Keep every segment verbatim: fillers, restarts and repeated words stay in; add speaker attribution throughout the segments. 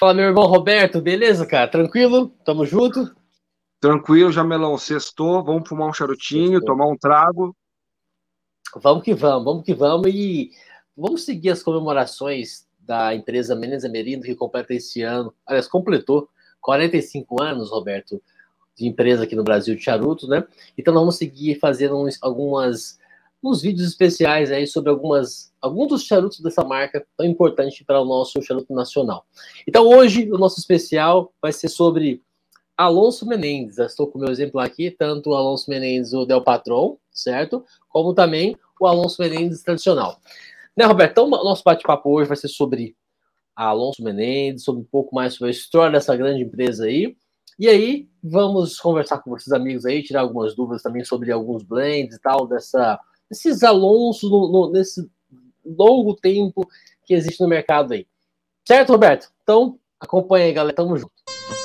Speaker 1: Fala, meu irmão Roberto, beleza, cara? Tranquilo? Tamo junto?
Speaker 2: Tranquilo, Jamelão. Sextou, vamos fumar um charutinho,
Speaker 1: Sextou.
Speaker 2: tomar um trago.
Speaker 1: Vamos que vamos, vamos que vamos. E vamos seguir as comemorações da empresa Menezes Amerino, que completa esse ano, aliás, completou quarenta e cinco anos, Roberto, de empresa aqui no Brasil de charutos, né? Então nós vamos seguir fazendo uns, algumas uns vídeos especiais aí sobre algumas alguns dos charutos dessa marca tão importante para o nosso charuto nacional. Então hoje o nosso especial vai ser sobre Alonso Menendez. Eu estou com o meu exemplar aqui, tanto o Alonso Menendez, o Del Patron, certo? Como também o Alonso Menendez tradicional. Né, Roberto? Então, o nosso bate-papo hoje vai ser sobre a Alonso Menendez, sobre um pouco mais sobre a história dessa grande empresa aí. E aí, vamos conversar com vocês amigos aí, tirar algumas dúvidas também sobre alguns blends e tal, dessa, desses Alonsos no, no, nesse longo tempo que existe no mercado aí. Certo, Roberto? Então, acompanha aí, galera. Tamo junto.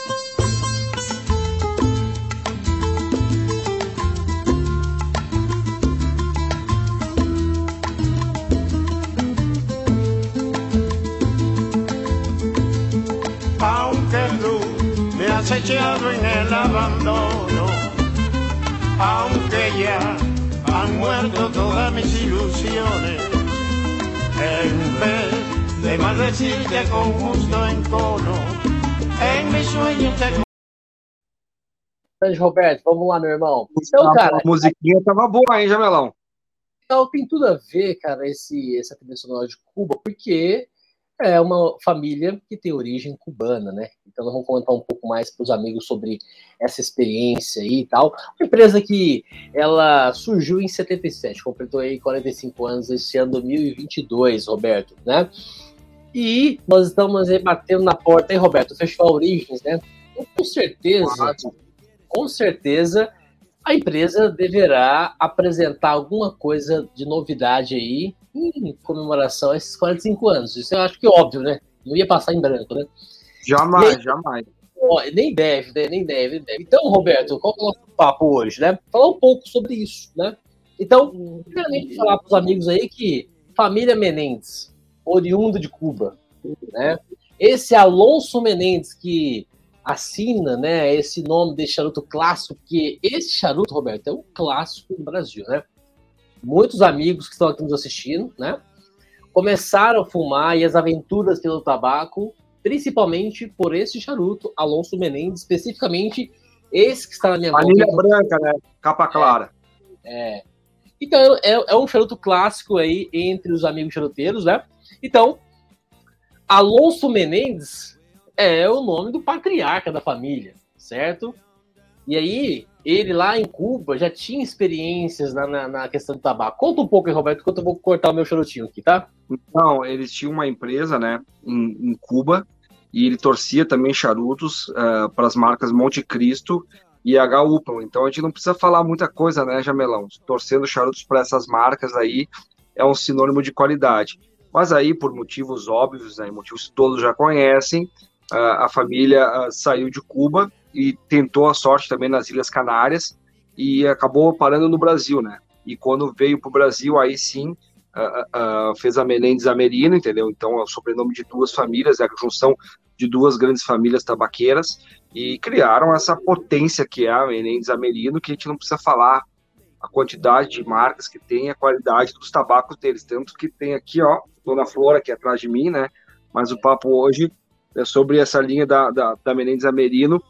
Speaker 3: Echado en el abandono, aunque ya han muerto todas mis ilusiones, en vez de maldecirte con justo encono, en mis sueños te...
Speaker 1: Roberto, vamos lá, meu irmão. Então, cara,
Speaker 2: a musiquinha tava boa, hein, Jamelão?
Speaker 1: Então, tem tudo a ver, cara, esse, essa trilha sonora de Cuba, porque é uma família que tem origem cubana, né? Então nós vamos comentar um pouco mais para os amigos sobre essa experiência aí e tal. Uma empresa que ela surgiu em setenta e sete, completou aí quarenta e cinco anos esse ano dois mil e vinte e dois, Roberto, né? E nós estamos aí batendo na porta, hein, Roberto? O Festival Origens, né? Então, com certeza, com certeza, a empresa deverá apresentar alguma coisa de novidade aí em comemoração a esses quarenta e cinco anos. Isso eu acho que é óbvio, né? Não ia passar em branco, né?
Speaker 2: Jamais,
Speaker 1: aí,
Speaker 2: jamais.
Speaker 1: Ó, nem deve, né? nem deve, nem deve. Então, Roberto, qual é o nosso papo hoje, né? Falar um pouco sobre isso, né? Então, primeiramente, falar para os amigos aí que família Menendez, oriundo de Cuba, né? Esse Alonso Menendez que assina, né, esse nome desse charuto clássico, porque esse charuto, Roberto, é um clássico do Brasil, né? Muitos amigos que estão aqui nos assistindo, né, começaram a fumar e as aventuras pelo tabaco, principalmente por esse charuto, Alonso Menendez, especificamente esse que está na minha mão.
Speaker 2: Família branca, né? Capa clara.
Speaker 1: É. é. Então, é, é um charuto clássico aí entre os amigos charuteiros, né? Então, Alonso Menendez é o nome do patriarca da família, certo? E aí, ele lá em Cuba já tinha experiências na, na, na questão do tabaco. Conta um pouco aí, Roberto, enquanto eu vou cortar o meu charutinho aqui, tá?
Speaker 2: Então, eles tinham uma empresa, né, em, em Cuba, e ele torcia também charutos uh, para as marcas Monte Cristo e H. Upmann. Então, a gente não precisa falar muita coisa, né, Jamelão? Torcendo charutos para essas marcas aí é um sinônimo de qualidade. Mas aí, por motivos óbvios, né, motivos que todos já conhecem, uh, a família uh, saiu de Cuba e tentou a sorte também nas Ilhas Canárias e acabou parando no Brasil, né? E quando veio para o Brasil, aí sim, uh, uh, fez a Menendez Amerino, entendeu? Então é o sobrenome de duas famílias, é a junção de duas grandes famílias tabaqueiras e criaram essa potência que é a Menendez Amerino, que a gente não precisa falar a quantidade de marcas que tem, a qualidade dos tabacos deles, tanto que tem aqui, ó, Dona Flora aqui atrás de mim, né? Mas o papo hoje é sobre essa linha da, da, da Menendez Amerino.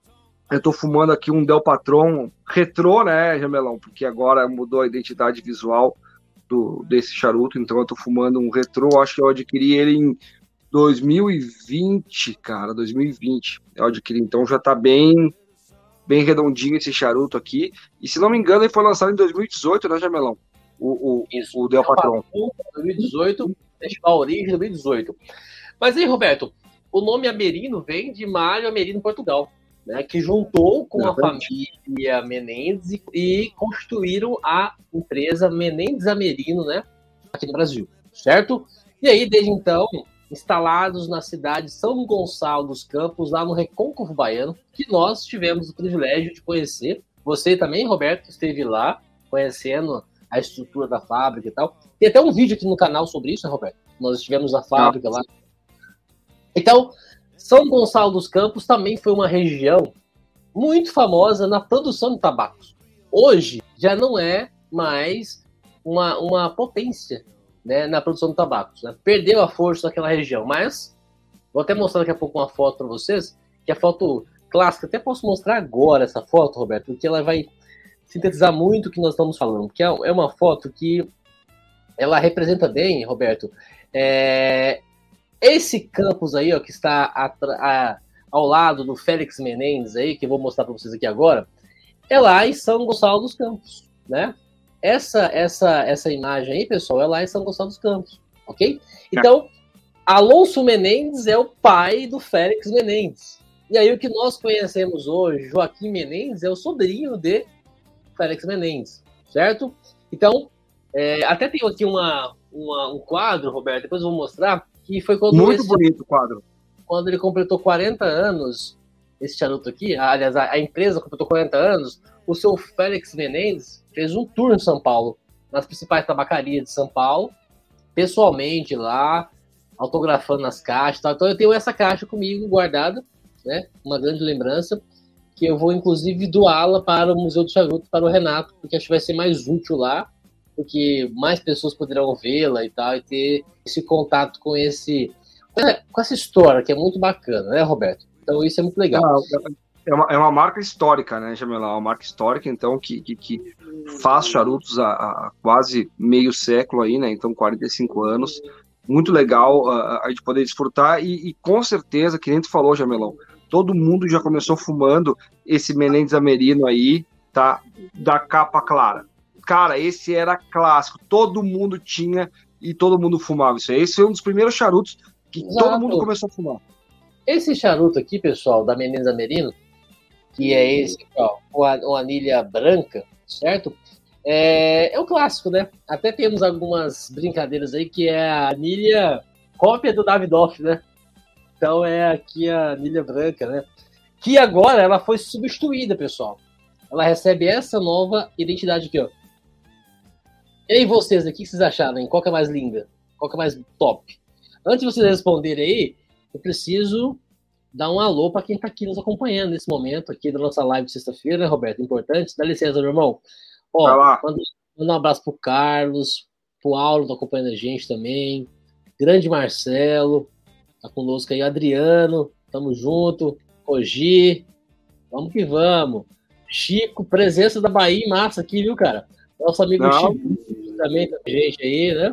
Speaker 2: Eu tô fumando aqui um Del Patron retrô, né, Jamelão? Porque agora mudou a identidade visual do, desse charuto, então eu tô fumando um retrô, acho que eu adquiri ele em dois mil e vinte, cara, dois mil e vinte. Eu adquiri, então já tá bem, bem redondinho esse charuto aqui. E se não me engano, ele foi lançado em dois mil e dezoito, né, Jamelão? O, o,
Speaker 1: Isso,
Speaker 2: o Del Patron.
Speaker 1: dois mil e dezoito, Festival Origem dois mil e dezoito. Mas aí, Roberto, o nome Amerino vem de Mário Amerino, Portugal. Né, que juntou com a família Menendez e, e constituíram a empresa Menendez Amerino, né, aqui no Brasil, certo? E aí, desde então, instalados na cidade de São Gonçalo dos Campos, lá no Recôncavo Baiano, que nós tivemos o privilégio de conhecer. Você também, Roberto, esteve lá, conhecendo a estrutura da fábrica e tal. Tem até um vídeo aqui no canal sobre isso, né, Roberto? Nós estivemos na fábrica ah, lá. Então, São Gonçalo dos Campos também foi uma região muito famosa na produção de tabacos. Hoje já não é mais uma, uma potência, né, na produção de tabacos. Né? Perdeu a força daquela região, mas vou até mostrar daqui a pouco uma foto para vocês, que é a foto clássica. Até posso mostrar agora essa foto, Roberto, porque ela vai sintetizar muito o que nós estamos falando. Porque é uma foto que ela representa bem, Roberto, é, esse campus aí, ó, que está a, a, ao lado do Félix Menendez aí, que eu vou mostrar para vocês aqui agora, é lá em São Gonçalo dos Campos, né? Essa, essa, essa imagem aí, pessoal, é lá em São Gonçalo dos Campos, ok? Então, Alonso Menendez é o pai do Félix Menendez. E aí o que nós conhecemos hoje, Joaquim Menendez, é o sobrinho de Félix Menendez, certo? Então, é, até tem aqui uma, uma, um quadro, Roberto, depois eu vou mostrar, que foi quando...
Speaker 2: Muito
Speaker 1: esse,
Speaker 2: bonito o quadro.
Speaker 1: Quando ele completou quarenta anos, esse charuto aqui, aliás, a, a empresa completou quarenta anos, o seu Félix Menendez fez um tour em São Paulo, nas principais tabacarias de São Paulo, pessoalmente lá, autografando nas caixas e tal. Então eu tenho essa caixa comigo guardada, né? Uma grande lembrança, que eu vou inclusive doá-la para o Museu do Charuto, para o Renato, porque acho que vai ser mais útil lá, porque mais pessoas poderão vê-la e tal, e ter esse contato com esse com essa história, que é muito bacana, né, Roberto? Então isso é muito legal.
Speaker 2: É uma, é uma marca histórica, né, Jamelão? É uma marca histórica, então, que, que, que faz charutos há, há quase meio século aí, né? Então, quarenta e cinco anos. Muito legal uh, a gente poder desfrutar e, e com certeza, que nem tu falou, Jamelão, todo mundo já começou fumando esse Menendez Amerino aí, tá? Da capa clara. Cara, esse era clássico, todo mundo tinha e todo mundo fumava isso aí. Esse foi um dos primeiros charutos que Exato. Todo mundo começou a fumar.
Speaker 1: Esse charuto aqui, pessoal, da Menendez Amerino, que é esse, ó, uma anilha branca, certo? É, é um clássico, né? Até temos algumas brincadeiras aí, que é a anilha cópia do Davidoff, né? Então é aqui a anilha branca, né? Que agora ela foi substituída, pessoal. Ela recebe essa nova identidade aqui, ó. E aí, vocês aqui, o que vocês acharam, hein? Qual que é mais linda? Qual que é mais top? Antes de vocês responderem aí, eu preciso dar um alô para quem está aqui nos acompanhando nesse momento aqui da nossa live de sexta-feira, né, Roberto? Importante. Dá licença, meu irmão. Ó, manda um abraço pro Carlos, pro Aulo, tá acompanhando a gente também. Grande Marcelo, tá conosco aí. Adriano, tamo junto. Ogi, vamos que vamos. Chico, presença da Bahia em massa aqui, viu, cara? Nosso amigo Não. Chico também tá com a gente aí, né?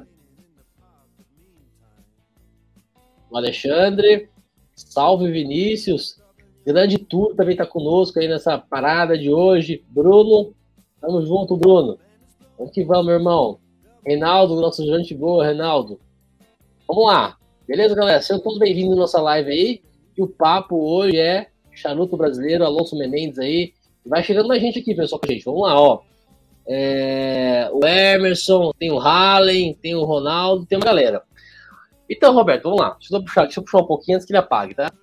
Speaker 1: O Alexandre, salve Vinícius, grande tour também tá conosco aí nessa parada de hoje. Bruno, tamo junto, Bruno. Vamos que vamos, meu irmão. Reinaldo, nosso gente boa, Reinaldo. Vamos lá. Beleza, galera? Sejam todos bem-vindos à nossa live aí. E o papo hoje é charuto brasileiro, Alonso Menendez aí. Vai chegando mais gente aqui, pessoal, com a gente. Vamos lá, ó. É... O Emerson, tem o Hallen, tem o Ronaldo, tem uma galera. Então, Roberto, vamos lá. Deixa eu puxar, deixa eu puxar um pouquinho antes que ele apague, tá?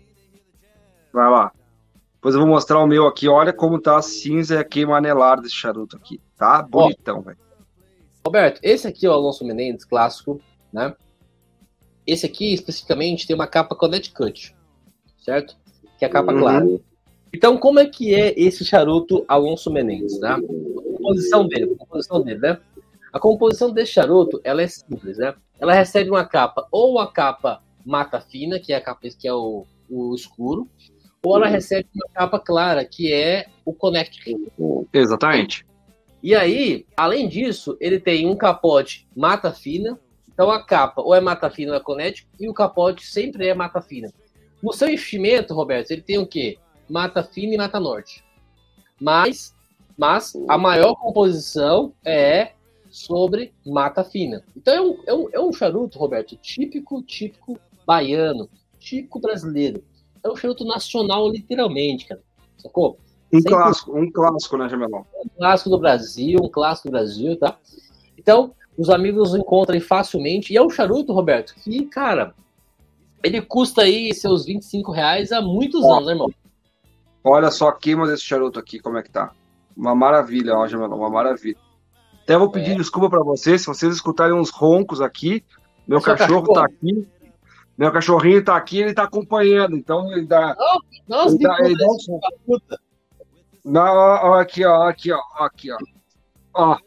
Speaker 2: Vai lá. Depois eu vou mostrar o meu aqui. Olha como tá a cinza e a queima anelar desse charuto aqui. Tá bonitão, velho.
Speaker 1: Roberto, esse aqui é o Alonso Menendez clássico, né? Esse aqui, especificamente, tem uma capa Connecticut, certo? Que é a capa uhum. clara. Então, como é que é esse charuto Alonso Menendez, né? A composição dele, a composição dele, né? A composição desse charuto, ela é simples, né? Ela recebe uma capa, ou a capa mata fina, que é a capa que é o, o escuro, ou ela recebe uma capa clara, que é o Connecticut.
Speaker 2: Exatamente.
Speaker 1: E aí, além disso, ele tem um capote mata fina, então a capa ou é mata fina ou é Connecticut, e o capote sempre é mata fina. No seu enchimento, Roberto, ele tem o quê? Mata fina e mata norte. Mas, mas a maior composição é sobre mata fina. Então é um, é um, é um charuto, Roberto, típico, típico baiano, típico brasileiro. É um charuto nacional, literalmente, cara. Sacou?
Speaker 2: Um Sempre... clássico, um clássico, né, Jamelão?
Speaker 1: Um clássico do Brasil, um clássico do Brasil, tá? Então, os amigos encontram aí facilmente. E é um charuto, Roberto, que, cara, ele custa aí seus vinte e cinco reais há muitos ó, anos, né, irmão?
Speaker 2: Olha só a queima desse charuto aqui, como é que tá. Uma maravilha, ó, Jamelão, uma maravilha. Até vou pedir é. desculpa para vocês, se vocês escutarem uns roncos aqui, meu cachorro, cachorro tá aqui, Meu cachorrinho tá aqui, ele tá acompanhando, então ele dá...
Speaker 1: Nossa,
Speaker 2: ele dá, ele dá um...
Speaker 1: puta.
Speaker 2: Não, ó, ó, aqui, ó, aqui, ó, aqui, ó. Ó.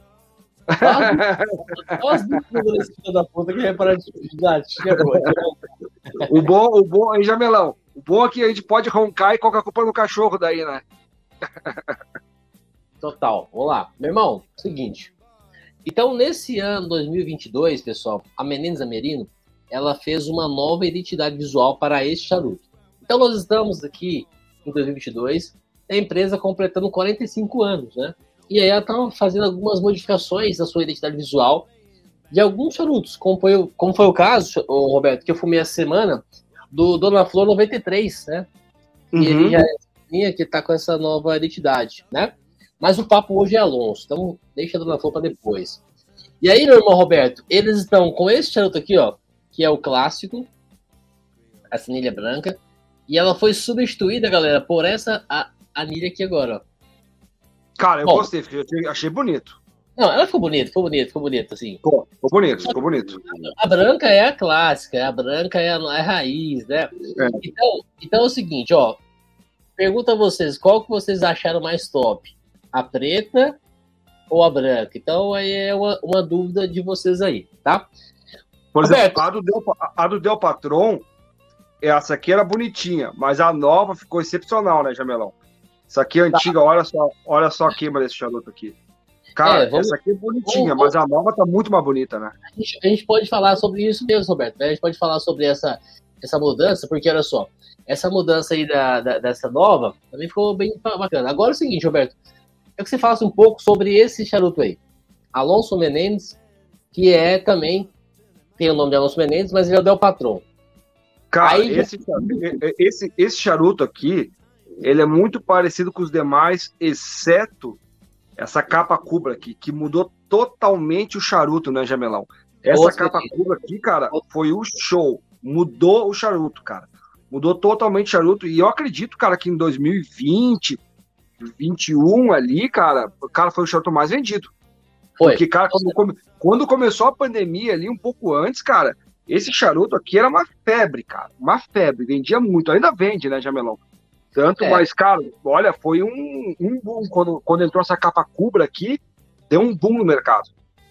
Speaker 1: Olha as bicudas desse filho da puta que repara de gatinha, pô.
Speaker 2: O bom, o bom, aí, Jamelão, o bom é que a gente pode roncar e colocar a culpa no cachorro daí, né?
Speaker 1: Total, vamos lá. Meu irmão, seguinte. Então, nesse ano dois mil e vinte e dois, pessoal, a Menendez Amerino, ela fez uma nova identidade visual para esse charuto. Então, nós estamos aqui em dois mil e vinte e dois, a empresa completando quarenta e cinco anos, né? E aí ela está fazendo algumas modificações na sua identidade visual de alguns charutos, como foi, como foi o caso, o Roberto, que eu fumei essa semana, do Dona Flor noventa e três, né? E uhum. ele já é que está com essa nova identidade, né? Mas o papo hoje é Alonso, então deixa a Dona Flor para depois. E aí, meu irmão Roberto, eles estão com esse charuto aqui, ó, que é o clássico, a anilha branca, e ela foi substituída, galera, por essa a, anilha aqui agora, ó.
Speaker 2: Cara, eu Bom, gostei, eu achei bonito.
Speaker 1: Não, ela ficou bonita, ficou bonita, ficou bonita, assim.
Speaker 2: Ficou, ficou bonito, ficou bonito.
Speaker 1: A branca é a clássica, a branca é a, é a raiz, né? É. Então, então é o seguinte, ó, pergunta a vocês, qual que vocês acharam mais top? A preta ou a branca? Então aí é uma, uma dúvida de vocês aí, tá?
Speaker 2: Por exemplo, a do, Del, a do Del Patron, essa aqui era bonitinha, mas a nova ficou excepcional, né, Jamelão? Essa aqui é antiga, tá. olha só, olha só a queima desse charuto aqui. Cara, é, vamos, essa aqui é bonitinha, vamos, mas a nova tá muito mais bonita, né?
Speaker 1: A gente, a gente pode falar sobre isso mesmo, Roberto. A gente pode falar sobre essa, essa mudança, porque olha só, essa mudança aí da, da, dessa nova também ficou bem bacana. Agora é o seguinte, Roberto, eu quero que você falasse um pouco sobre esse charuto aí. Alonso Menendez, que é também, tem o nome de Alonso Menendez, mas ele é o Del Patron.
Speaker 2: Cara, aí, esse, esse, esse charuto aqui, ele é muito parecido com os demais, exceto essa capa Cubra aqui, que mudou totalmente o charuto, né, Jamelão? Essa Nossa, capa que... Cubra aqui, cara, foi o show. Mudou o charuto, cara. Mudou totalmente o charuto. E eu acredito, cara, que em dois mil e vinte, vinte e um ali, cara, cara, foi o charuto mais vendido. Foi. Porque, cara, quando, come... quando começou a pandemia ali, um pouco antes, cara, esse charuto aqui era uma febre, cara. Uma febre. Vendia muito. Ainda vende, né, Jamelão? Tanto, é. Mas, cara, olha, foi um, um boom. Quando, quando entrou essa capa Cubra aqui, deu um boom no mercado.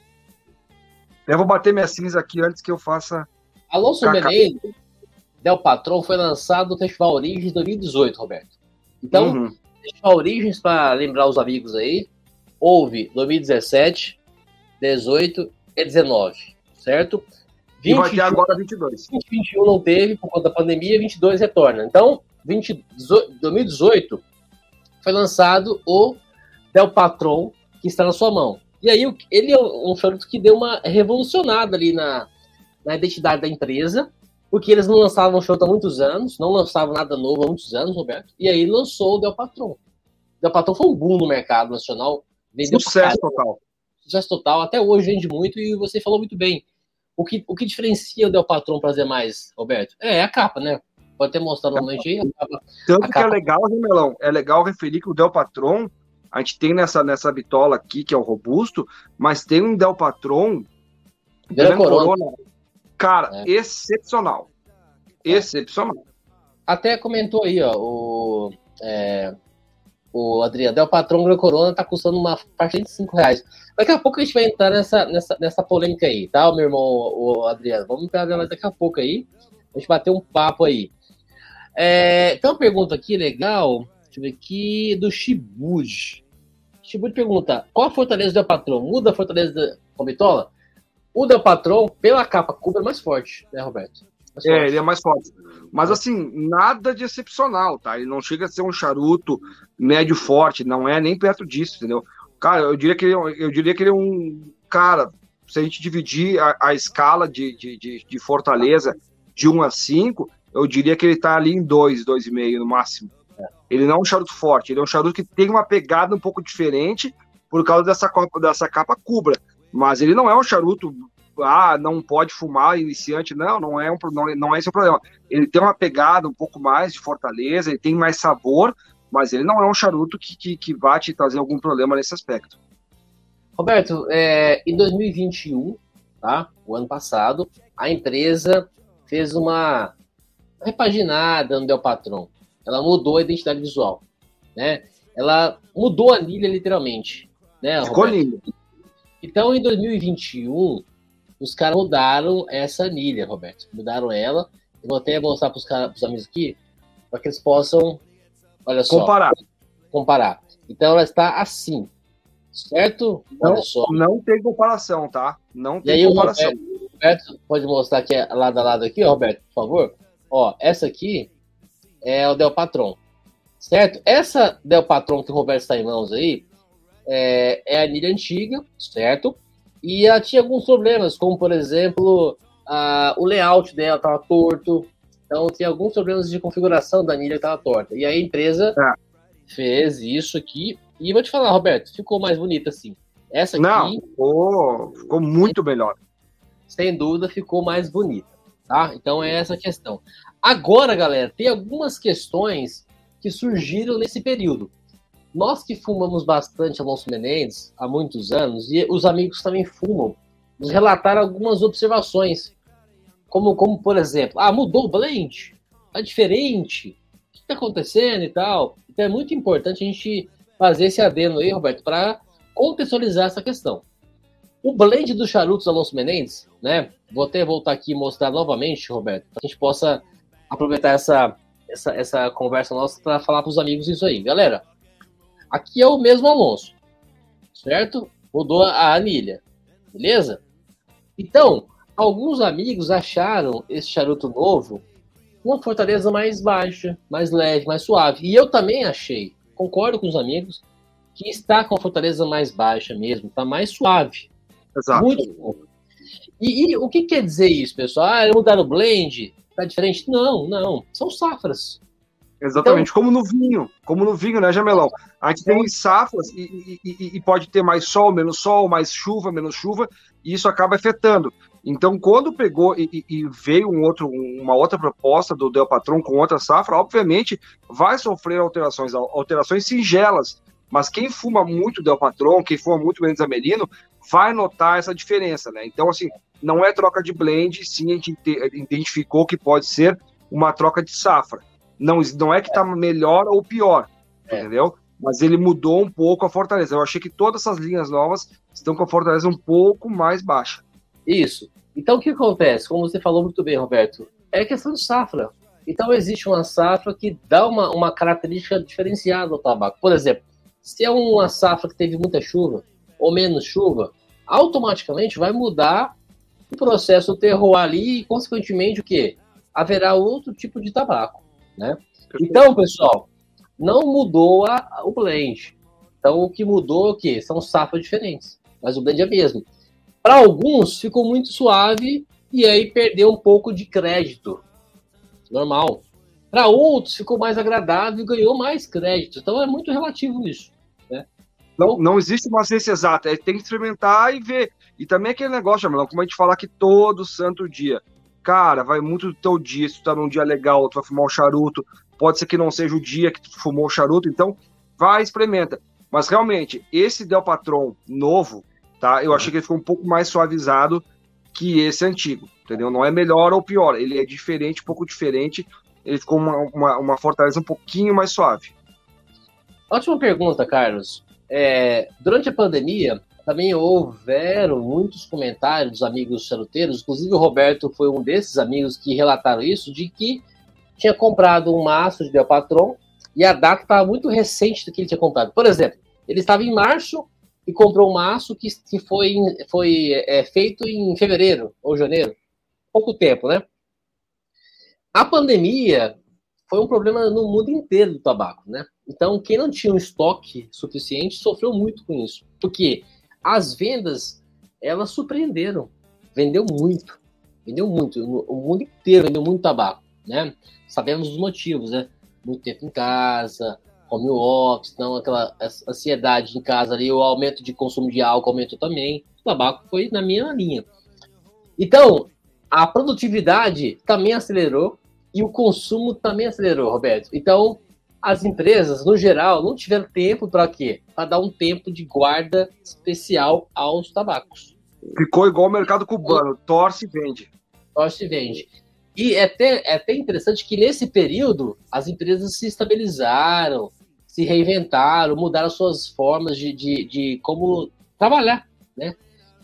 Speaker 2: Eu vou bater minha cinza aqui antes que eu faça...
Speaker 1: Alonso Menendez, Del Patron, foi lançado no Festival Origens dois mil e dezoito, Roberto. Então, uhum. Festival Origens, para lembrar os amigos aí, houve dois mil e dezessete, dezoito e dezenove, certo?
Speaker 2: vinte, e vai ter agora vinte e dois.
Speaker 1: vinte e vinte e um não teve, por conta da pandemia, vinte e dois retorna. Então, vinte, dois mil e dezoito foi lançado o Del Patron, que está na sua mão. E aí, ele é um charuto que deu uma revolucionada ali na, na identidade da empresa, porque eles não lançavam charuto há muitos anos, não lançavam nada novo há muitos anos, Roberto, e aí lançou o Del Patron. O Del Patron foi um boom no mercado nacional. Vendeu
Speaker 2: Sucesso total.
Speaker 1: Sucesso total, até hoje vende muito, e você falou muito bem. O que, o que diferencia o Del Patron para as demais, Roberto? É, é a capa, né? Pode ter mostrado normalmente aí. A capa,
Speaker 2: Tanto
Speaker 1: a
Speaker 2: que
Speaker 1: capa...
Speaker 2: é legal, né, Melão? É legal referir que o Del Patron, a gente tem nessa, nessa bitola aqui, que é o robusto, mas tem um Del Patron
Speaker 1: Gran Corona.
Speaker 2: Corona. Cara, é. excepcional. É. Excepcional.
Speaker 1: Até comentou aí, ó, o, é, o Adriano, Del Patron Gran Corona tá custando uma faixa de cinco reais. Daqui a pouco a gente vai entrar nessa, nessa, nessa polêmica aí, tá, meu irmão, o Adriano? Vamos entrar nela daqui a pouco aí. A gente bater um papo aí. É, tem uma pergunta aqui legal, deixa eu ver aqui, do Shibuji. Shibuji pergunta, qual a fortaleza do Del Patron? Muda a fortaleza da Comitola? O Del Patron, pela capa Cubra, é mais forte, né, Roberto? Mais
Speaker 2: é,
Speaker 1: forte.
Speaker 2: ele é mais forte. Mas, assim, nada de excepcional, tá? Ele não chega a ser um charuto médio forte, não é nem perto disso, entendeu? Cara, eu diria que ele, eu diria que ele é um... Cara, se a gente dividir a, a escala de, de, de, de fortaleza de um a cinco, eu diria que ele tá ali em dois, dois e meio no máximo. É. Ele não é um charuto forte, ele é um charuto que tem uma pegada um pouco diferente por causa dessa, dessa capa Cubra. Mas ele não é um charuto, ah, não pode fumar iniciante, não, não é, um, não, não é esse o problema. Ele tem uma pegada um pouco mais de fortaleza, ele tem mais sabor, mas ele não é um charuto que, que, que vai te trazer algum problema nesse aspecto.
Speaker 1: Roberto, é, em dois mil e vinte e um, tá, o ano passado, a empresa fez uma repaginada no Del Patron. Ela mudou a identidade visual, né? Ela mudou a anilha literalmente, né?
Speaker 2: Ficou lindo.
Speaker 1: Então, em dois mil e vinte e um, os caras mudaram essa anilha, Roberto. Mudaram ela. Eu vou até mostrar para os caras, pros amigos aqui, para que eles possam, olha só,
Speaker 2: comparar.
Speaker 1: Comparar. Então, ela está assim, certo?
Speaker 2: Não,
Speaker 1: olha só.
Speaker 2: Não tem comparação, tá? Não tem
Speaker 1: e aí,
Speaker 2: comparação.
Speaker 1: O Roberto, pode mostrar aqui lado a lado aqui, ó, Roberto, por favor. Ó, essa aqui é o Del Patron, certo? Essa Del Patron que o Roberto está em mãos aí é, é a anilha antiga, certo? E ela tinha alguns problemas, como, por exemplo, a, o layout dela estava torto. Então, tinha alguns problemas de configuração da anilha que estava torta. E aí a empresa é. fez isso aqui. E vou te falar, Roberto, ficou mais bonita assim. Essa aqui...
Speaker 2: Não, ficou, ficou muito melhor.
Speaker 1: Sem dúvida, ficou mais bonita, tá? Então, é essa a questão. Agora, galera, tem algumas questões que surgiram nesse período. Nós que fumamos bastante Alonso Menendez há muitos anos, e os amigos também fumam, nos relataram algumas observações. Como, como por exemplo, ah, mudou o blend? Tá diferente? O que tá acontecendo e tal? Então é muito importante a gente fazer esse adendo aí, Roberto, para contextualizar essa questão. O blend dos charutos Alonso Menendez, né? Vou até voltar aqui e mostrar novamente, Roberto, para que a gente possa aproveitar essa, essa, essa conversa nossa para falar para os amigos isso aí. Galera, aqui é o mesmo Alonso, certo? Mudou a anilha, beleza? Então, alguns amigos acharam esse charuto novo uma fortaleza mais baixa, mais leve, mais suave. E eu também achei, concordo com os amigos, que está com a fortaleza mais baixa mesmo, está mais suave.
Speaker 2: Exato.
Speaker 1: Muito bom. E, e o que quer dizer isso, pessoal? Ah, mudaram o blend? Tá diferente? Não, não. São safras.
Speaker 2: Exatamente, então, como no vinho, como no vinho, né, Jamelão? A gente tem safras e, e, e pode ter mais sol, menos sol, mais chuva, menos chuva, e isso acaba afetando. Então, quando pegou e, e veio um outro, uma outra proposta do Del Patron com outra safra, obviamente vai sofrer alterações, alterações singelas, mas quem fuma muito Del Patron, quem fuma muito Menendez Amerino, vai notar essa diferença, né? Então, assim, não é troca de blend, sim, a gente identificou que pode ser uma troca de safra. Não, não é que está melhor ou pior, é. entendeu? Mas ele mudou um pouco a fortaleza. Eu achei que todas essas linhas novas estão com a fortaleza um pouco mais baixa.
Speaker 1: Isso. Então, o que acontece? Como você falou muito bem, Roberto, é questão de safra. Então, existe uma safra que dá uma, uma característica diferenciada ao tabaco. Por exemplo, se é uma safra que teve muita chuva ou menos chuva, automaticamente vai mudar o processo do terroir ali e, consequentemente, o quê? Haverá outro tipo de tabaco. Né? Então, pessoal, não mudou a, o blend. Então, o que mudou é o quê? São safras diferentes, mas o blend é mesmo. Para alguns, ficou muito suave e aí perdeu um pouco de crédito. Normal. Para outros, ficou mais agradável e ganhou mais crédito. Então, é muito relativo isso. Né?
Speaker 2: Não, não existe uma ciência exata. É, tem que experimentar e ver. E também aquele negócio, Jamelão, como a gente fala aqui todo santo dia. Cara, vai muito do teu dia, se tu tá num dia legal, tu vai fumar um charuto, pode ser que não seja o dia que tu fumou o charuto, então vai, experimenta. Mas realmente, esse Del Patron novo, tá? Eu achei que ele ficou um pouco mais suavizado que esse antigo, entendeu? Não é melhor ou pior, ele é diferente, um pouco diferente, ele ficou uma, uma, uma fortaleza um pouquinho mais suave.
Speaker 1: Ótima pergunta, Carlos. É, durante a pandemia, também houveram muitos comentários dos amigos charuteiros, inclusive o Roberto foi um desses amigos que relataram isso, de que tinha comprado um maço de Del Patron e a data estava muito recente do que ele tinha comprado. Por exemplo, ele estava em março e comprou um maço que, que foi, foi é, feito em fevereiro ou janeiro. Pouco tempo, né? A pandemia foi um problema no mundo inteiro do tabaco, né? Então, quem não tinha um estoque suficiente sofreu muito com isso. Por quê? As vendas, elas surpreenderam. Vendeu muito. Vendeu muito. O mundo inteiro vendeu muito tabaco, né? Sabemos os motivos, né? Muito tempo em casa, home office, não, aquela ansiedade em casa ali, o aumento de consumo de álcool aumentou também. O tabaco foi na minha linha. Então, a produtividade também acelerou e o consumo também acelerou, Roberto. Então, as empresas, no geral, não tiveram tempo para quê? Para dar um tempo de guarda especial aos tabacos.
Speaker 2: Ficou igual o mercado cubano, torce e vende.
Speaker 1: Torce e vende. E é até, é até interessante que nesse período as empresas se estabilizaram, se reinventaram, mudaram suas formas de, de, de como trabalhar, né?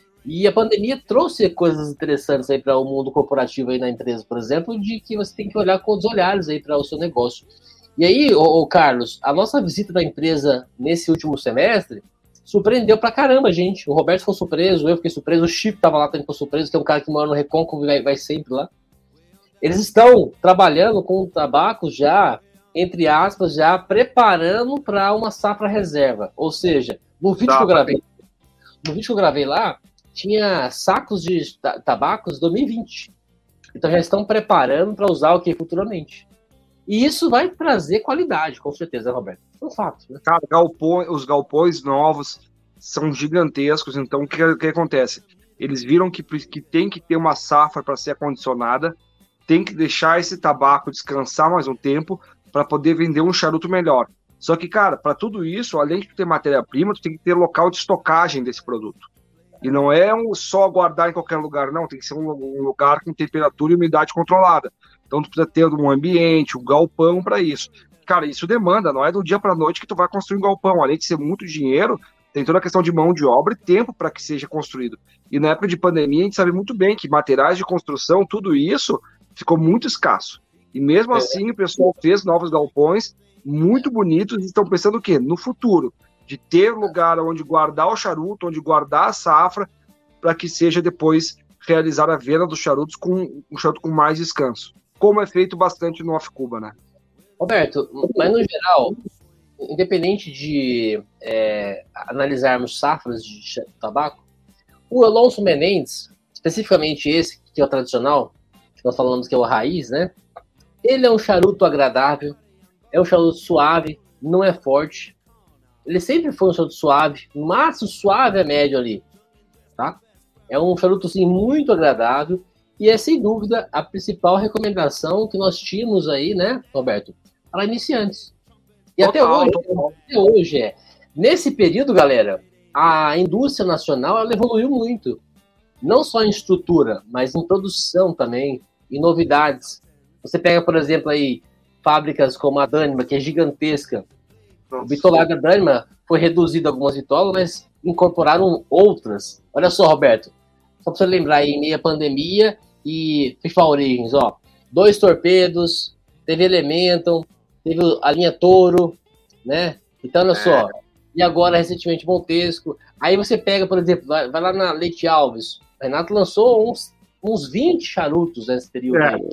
Speaker 1: E a pandemia trouxe coisas interessantes aí para o mundo corporativo aí na empresa, por exemplo, de que você tem que olhar com os olhares aí para o seu negócio. E aí, ô, ô Carlos, a nossa visita da empresa nesse último semestre surpreendeu pra caramba a gente. O Roberto ficou surpreso, eu fiquei surpreso, o Chico estava lá também ficou surpreso, que é um cara que mora no Recôncavo e vai, vai sempre lá. Eles estão trabalhando com tabacos já, entre aspas, já preparando para uma safra reserva. Ou seja, no vídeo, tá, que eu gravei, no vídeo que eu gravei lá, tinha sacos de tabacos dois mil e vinte. Então já estão preparando para usar o que futuramente. E isso vai trazer qualidade, com certeza, Roberto. É um fato. Né?
Speaker 2: Cara, galpão, os galpões novos são gigantescos. Então, o que, que acontece? Eles viram que, que tem que ter uma safra para ser acondicionada, tem que deixar esse tabaco descansar mais um tempo para poder vender um charuto melhor. Só que, cara, para tudo isso, além de ter matéria-prima, tu tem que ter local de estocagem desse produto. E não é um só guardar em qualquer lugar, não. Tem que ser um, um lugar com temperatura e umidade controlada. Então, tu precisa ter um ambiente, um galpão para isso. Cara, isso demanda, não é do dia para a noite que tu vai construir um galpão. Além de ser muito dinheiro, tem toda a questão de mão de obra e tempo para que seja construído. E na época de pandemia, a gente sabe muito bem que materiais de construção, tudo isso, ficou muito escasso. E mesmo assim, o pessoal fez novos galpões muito bonitos e estão pensando o quê? No futuro. De ter lugar onde guardar o charuto, onde guardar a safra, para que seja depois realizar a venda dos charutos com um charuto com mais descanso. Como é feito bastante no Off-Cuba, né?
Speaker 1: Roberto, mas no geral, independente de é, analisarmos safras de tabaco, o Alonso Menendez, especificamente esse, que é o tradicional, que nós falamos que é o raiz, né? Ele é um charuto agradável, é um charuto suave, não é forte. Ele sempre foi um charuto suave, no máximo suave a médio ali, tá? É um charuto, assim, muito agradável e é, sem dúvida, a principal recomendação que nós tínhamos aí, né, Roberto, para iniciantes. E total, até hoje, total. até hoje é. Nesse período, galera, a indústria nacional, ela evoluiu muito. Não só em estrutura, mas em produção também, em novidades. Você pega, por exemplo, aí, fábricas como a Dânima, que é gigantesca. O bitolar da Dânima foi reduzido algumas bitolas, mas incorporaram outras. Olha só, Roberto, só para você lembrar aí, meia pandemia e FIFA Origens, ó, dois torpedos, teve Elemental, teve a linha Toro, né? Então, olha só. E agora, recentemente, Montesco. Aí você pega, por exemplo, vai, vai lá na Leite Alves. O Renato lançou uns, uns vinte charutos nesse período. É.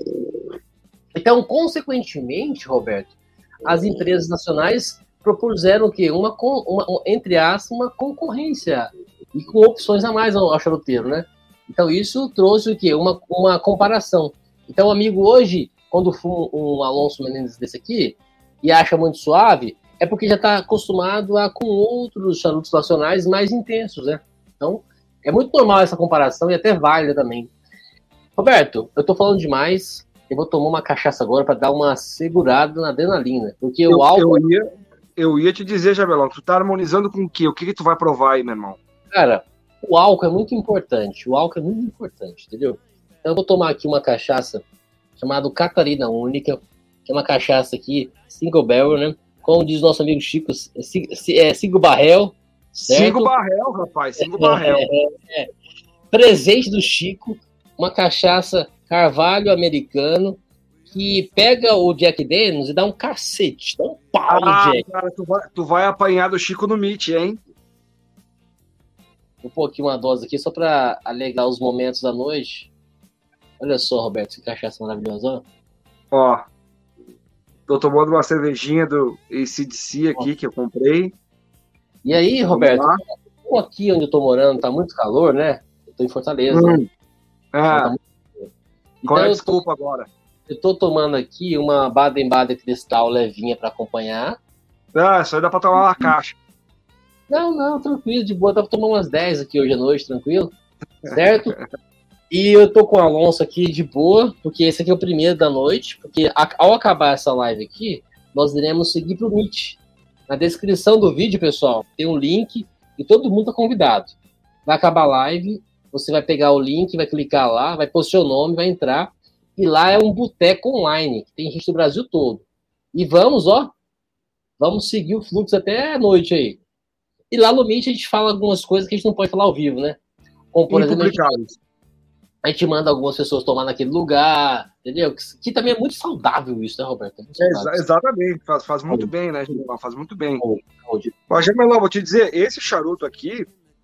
Speaker 1: Então, consequentemente, Roberto, as empresas nacionais propuseram o quê? Uma, uma, entre aspas, uma concorrência e com opções a mais ao, ao charuteiro, né? Então, isso trouxe o quê? Uma, uma comparação. Então, amigo, hoje, quando fuma um Alonso Menendez desse aqui e acha muito suave, é porque já está acostumado a com outros charutos nacionais mais intensos, né? Então, é muito normal essa comparação e até válida também. Roberto, eu tô falando demais. Eu vou tomar uma cachaça agora para dar uma segurada na adrenalina. Porque
Speaker 2: eu,
Speaker 1: o álcool...
Speaker 2: Eu ia, eu ia te dizer, Jabelão, tu tá harmonizando com o quê? O que que tu vai provar aí, meu irmão?
Speaker 1: Cara, o álcool é muito importante. O álcool é muito importante, entendeu? Então eu vou tomar aqui uma cachaça chamada Catarina Única, que é uma cachaça aqui, single barrel, né? Como diz nosso amigo Chico, é cinco barrel, certo?
Speaker 2: Cinco barrel, rapaz, cinco é, barrel.
Speaker 1: É, é. Presente do Chico, uma cachaça Carvalho americano, que pega o Jack Daniels e dá um cacete, dá um pau no
Speaker 2: ah,
Speaker 1: Jack.
Speaker 2: Cara, tu vai, tu vai apanhar do Chico no Meet, hein?
Speaker 1: Vou pôr aqui uma dose aqui só para alegrar os momentos da noite. Olha só, Roberto, que cachaça maravilhosa.
Speaker 2: Ó, ó tô tomando uma cervejinha do A C D C aqui, ó, que eu comprei.
Speaker 1: E aí, Roberto, aqui onde eu tô morando tá muito calor, né? Eu tô em Fortaleza. Hum. Né?
Speaker 2: Ah, tá muito... Então, qual é a desculpa tô, agora?
Speaker 1: Eu tô tomando aqui uma Baden-Baden Cristal levinha para acompanhar.
Speaker 2: Ah, só dá pra tomar uma caixa.
Speaker 1: Não, não, tranquilo, de boa. Dá pra tomar umas dez aqui hoje à noite, tranquilo. Certo? E eu tô com o Alonso aqui de boa, porque esse aqui é o primeiro da noite. Porque ao acabar essa live aqui, nós iremos seguir pro Meet. Na descrição do vídeo, pessoal, tem um link e todo mundo tá convidado. Vai acabar a live, você vai pegar o link, vai clicar lá, vai pôr seu nome, vai entrar. E lá é um boteco online, que tem gente do Brasil todo. E vamos, ó, vamos seguir o fluxo até a noite aí. E lá no Meet a gente fala algumas coisas que a gente não pode falar ao vivo, né? Como, por exemplo, a gente, a gente manda algumas pessoas tomar naquele lugar, entendeu? Que, que também é muito saudável isso, né, Roberto? É
Speaker 2: é, exatamente, faz, faz muito oh. bem, né, faz muito bem. Oh. Oh. Mas, Jamelão, vou te dizer, esse charuto aqui,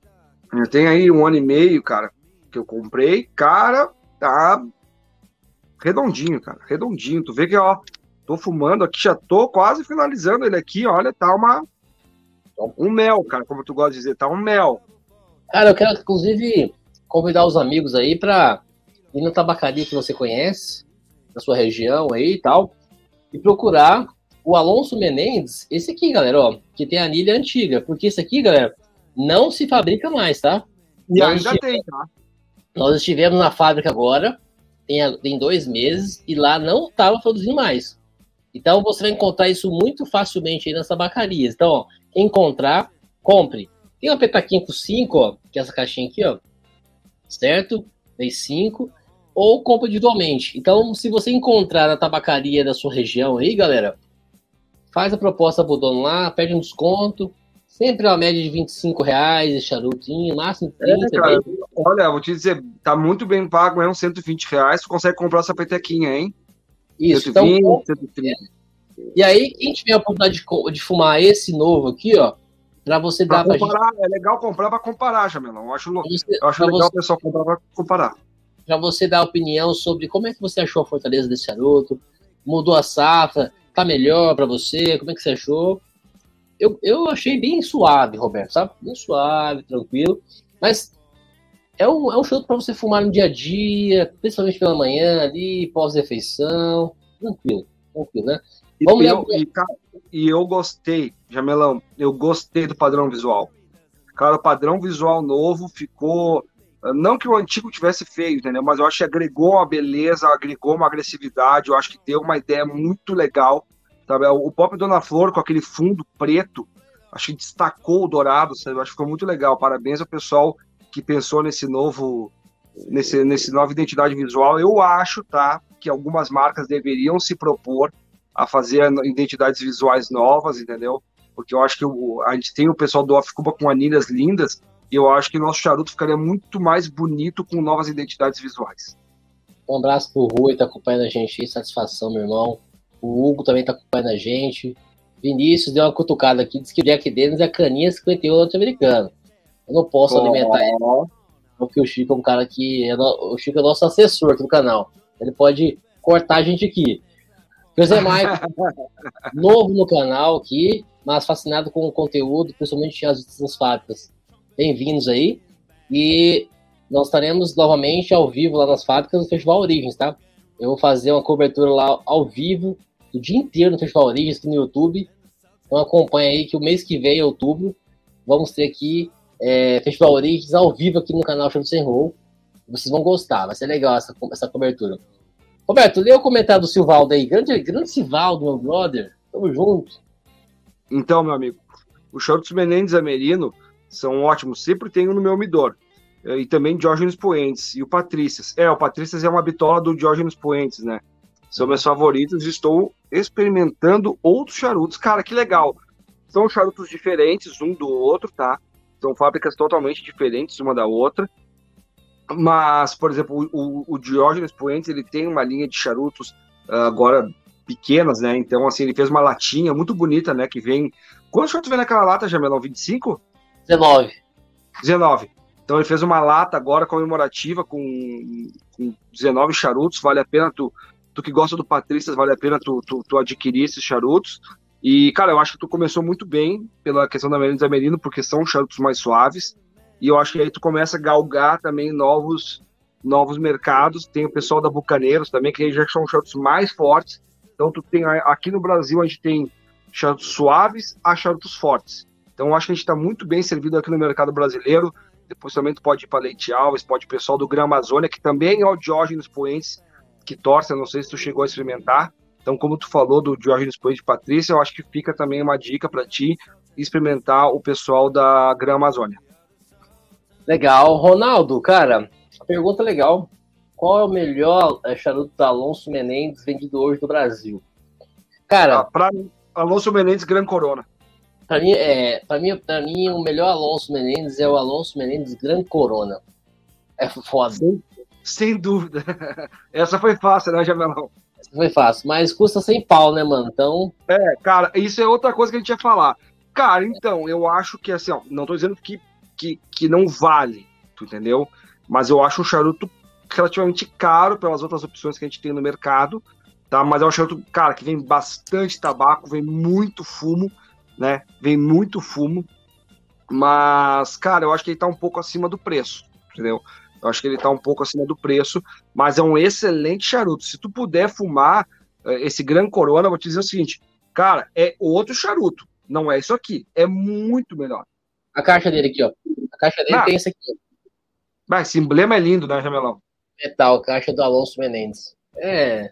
Speaker 2: tem aí um ano e meio, cara, que eu comprei, cara, tá redondinho, cara, redondinho. Tu vê que, ó, tô fumando aqui, já tô quase finalizando ele aqui, olha, tá uma... Um mel, cara, como tu gosta de dizer, tá um mel.
Speaker 1: Cara, eu quero, inclusive, convidar os amigos aí pra ir na tabacaria que você conhece, na sua região aí e tal, e procurar o Alonso Menendez, esse aqui, galera, ó, que tem a anilha antiga, porque esse aqui, galera, não se fabrica mais, tá?
Speaker 2: E nós ainda tem, tá?
Speaker 1: Nós estivemos na fábrica agora, tem, tem dois meses, e lá não tava produzindo mais. Então, você vai encontrar isso muito facilmente aí nas tabacarias. Então, ó, quem encontrar, compre. Tem uma petaquinha com cinco, ó, que é essa caixinha aqui, ó, certo? Tem cinco, ou compra individualmente. Então, se você encontrar na tabacaria da sua região aí, galera, faz a proposta pro dono lá, pede um desconto, sempre uma média de vinte e cinco reais, de charutinho, máximo trinta.
Speaker 2: É, cara, olha, vou te dizer, tá muito bem pago, é uns cento e vinte reais, tu consegue comprar essa petequinha, hein?
Speaker 1: Isso, cento e vinte, então, cento e trinta. E aí, quem tiver a oportunidade de, de fumar esse novo aqui, ó, pra você
Speaker 2: pra
Speaker 1: dar pra
Speaker 2: comparar,
Speaker 1: gente...
Speaker 2: É legal comprar pra comparar, Jamelão. Eu acho, você, eu acho legal você, o pessoal comprar pra comparar.
Speaker 1: Pra você dar opinião sobre como é que você achou a fortaleza desse charuto, mudou a safra, tá melhor pra você, como é que você achou? Eu, eu achei bem suave, Roberto, sabe? Bem suave, tranquilo, mas é um, é um charuto pra você fumar no dia a dia, principalmente pela manhã ali, pós-refeição, tranquilo, tranquilo, né?
Speaker 2: E eu, e, cara, e eu gostei, Jamelão, eu gostei do padrão visual. Cara, o padrão visual novo ficou... Não que o antigo tivesse feio, entendeu? Mas eu acho que agregou uma beleza, agregou uma agressividade, eu acho que deu uma ideia muito legal. Sabe? O Pop Dona Flor com aquele fundo preto, acho que destacou o dourado, sabe? Eu acho que ficou muito legal. Parabéns ao pessoal que pensou nesse novo... Nesse, nesse nova identidade visual. Eu acho, tá, que algumas marcas deveriam se propor a fazer identidades visuais novas, entendeu? Porque eu acho que o, a gente tem o pessoal do Off Cuba com anilhas lindas, e eu acho que o nosso charuto ficaria muito mais bonito com novas identidades visuais.
Speaker 1: Um abraço pro Rui, tá acompanhando a gente aí, satisfação, meu irmão. O Hugo também tá acompanhando a gente. Vinícius deu uma cutucada aqui, disse que o Jack Daniels é caninha cinquenta e um norte-americano. Eu não posso oh. alimentar ele, porque o Chico é um cara que... É no, o Chico é nosso assessor aqui no canal. Ele pode cortar a gente aqui. José Maicon, novo no canal aqui, mas fascinado com o conteúdo, principalmente as visitas nas fábricas. Bem-vindos aí. E nós estaremos novamente ao vivo lá nas fábricas do Festival Origens, tá? Eu vou fazer uma cobertura lá ao vivo, o dia inteiro no Festival Origens, aqui no YouTube. Então acompanha aí que o mês que vem, em outubro, vamos ter aqui é, Festival Origens ao vivo aqui no canal Charuto Sem Roll. Vocês vão gostar, vai ser legal essa, essa cobertura. Roberto, lê o comentário do Silvaldo aí. Grande, grande Silvaldo, meu brother. Tamo junto.
Speaker 2: Então, meu amigo, os charutos Menendez Amerino são ótimos. Sempre tenho no meu Midor. E também Diógenes Poentes. E o Patrícias. É, o Patrícias é uma bitola do Diógenes Poentes, né? São meus favoritos. Estou experimentando outros charutos. Cara, que legal. São charutos diferentes um do outro, tá? São fábricas totalmente diferentes uma da outra. Mas, por exemplo, o, o Diógenes Poentes, ele tem uma linha de charutos uh, agora pequenas, né? Então, assim, ele fez uma latinha muito bonita, né? Que vem... Quantos charutos vem naquela lata, Jamelão? vinte e cinco?
Speaker 1: dezenove.
Speaker 2: dezenove. Então, ele fez uma lata agora comemorativa com, com dezenove charutos. Vale a pena, tu, tu que gosta do Patrícias, vale a pena tu, tu, tu adquirir esses charutos. E, cara, eu acho que tu começou muito bem pela questão da Menendez Amerino, porque são charutos mais suaves. E eu acho que aí tu começa a galgar também novos, novos mercados. Tem o pessoal da Bucaneiros também, que já são charutos mais fortes. Então, tu tem, aqui no Brasil, a gente tem charutos suaves a charutos fortes. Então, eu acho que a gente está muito bem servido aqui no mercado brasileiro. Depois também tu pode ir para Leite Alves, pode ir para o pessoal do Gran Amazônia, que também é o Diógenes Poentes, que torce, eu não sei se tu chegou a experimentar. Então, como tu falou do Diógenes Poentes de Patrícia, eu acho que fica também uma dica para ti experimentar o pessoal da Gran Amazônia.
Speaker 1: Legal. Ronaldo, cara, pergunta legal. qual é o melhor é, charuto da Alonso Menendez vendido hoje no Brasil? Cara,
Speaker 2: ah, pra mim, Alonso Menendez Gran Corona.
Speaker 1: Pra mim, é, pra, mim, pra mim, o melhor Alonso Menendez é o Alonso Menendez Gran Corona. É foda.
Speaker 2: Sem, sem dúvida. Essa foi fácil, né, Jamelão?
Speaker 1: Essa foi fácil, mas custa cem pau, né, mano? Então...
Speaker 2: É, cara, isso é outra coisa que a gente ia falar. Cara, então, eu acho que, assim, ó, não tô dizendo que, que, que não vale, tu entendeu? Mas eu acho um charuto relativamente caro pelas outras opções que a gente tem no mercado, tá? Mas é um charuto, cara, que vem bastante tabaco, vem muito fumo, né? Vem muito fumo, mas, cara, eu acho que ele tá um pouco acima do preço, entendeu? Eu acho que ele tá um pouco acima do preço, mas é um excelente charuto. Se tu puder fumar esse Gran Corona, eu vou te dizer o seguinte, cara, é outro charuto, não é isso aqui, é muito melhor.
Speaker 1: A caixa dele aqui, ó. A caixa dele ah, tem esse aqui.
Speaker 2: Mas esse emblema é lindo, né, Jamelão?
Speaker 1: Metal, caixa do Alonso Menendez. É...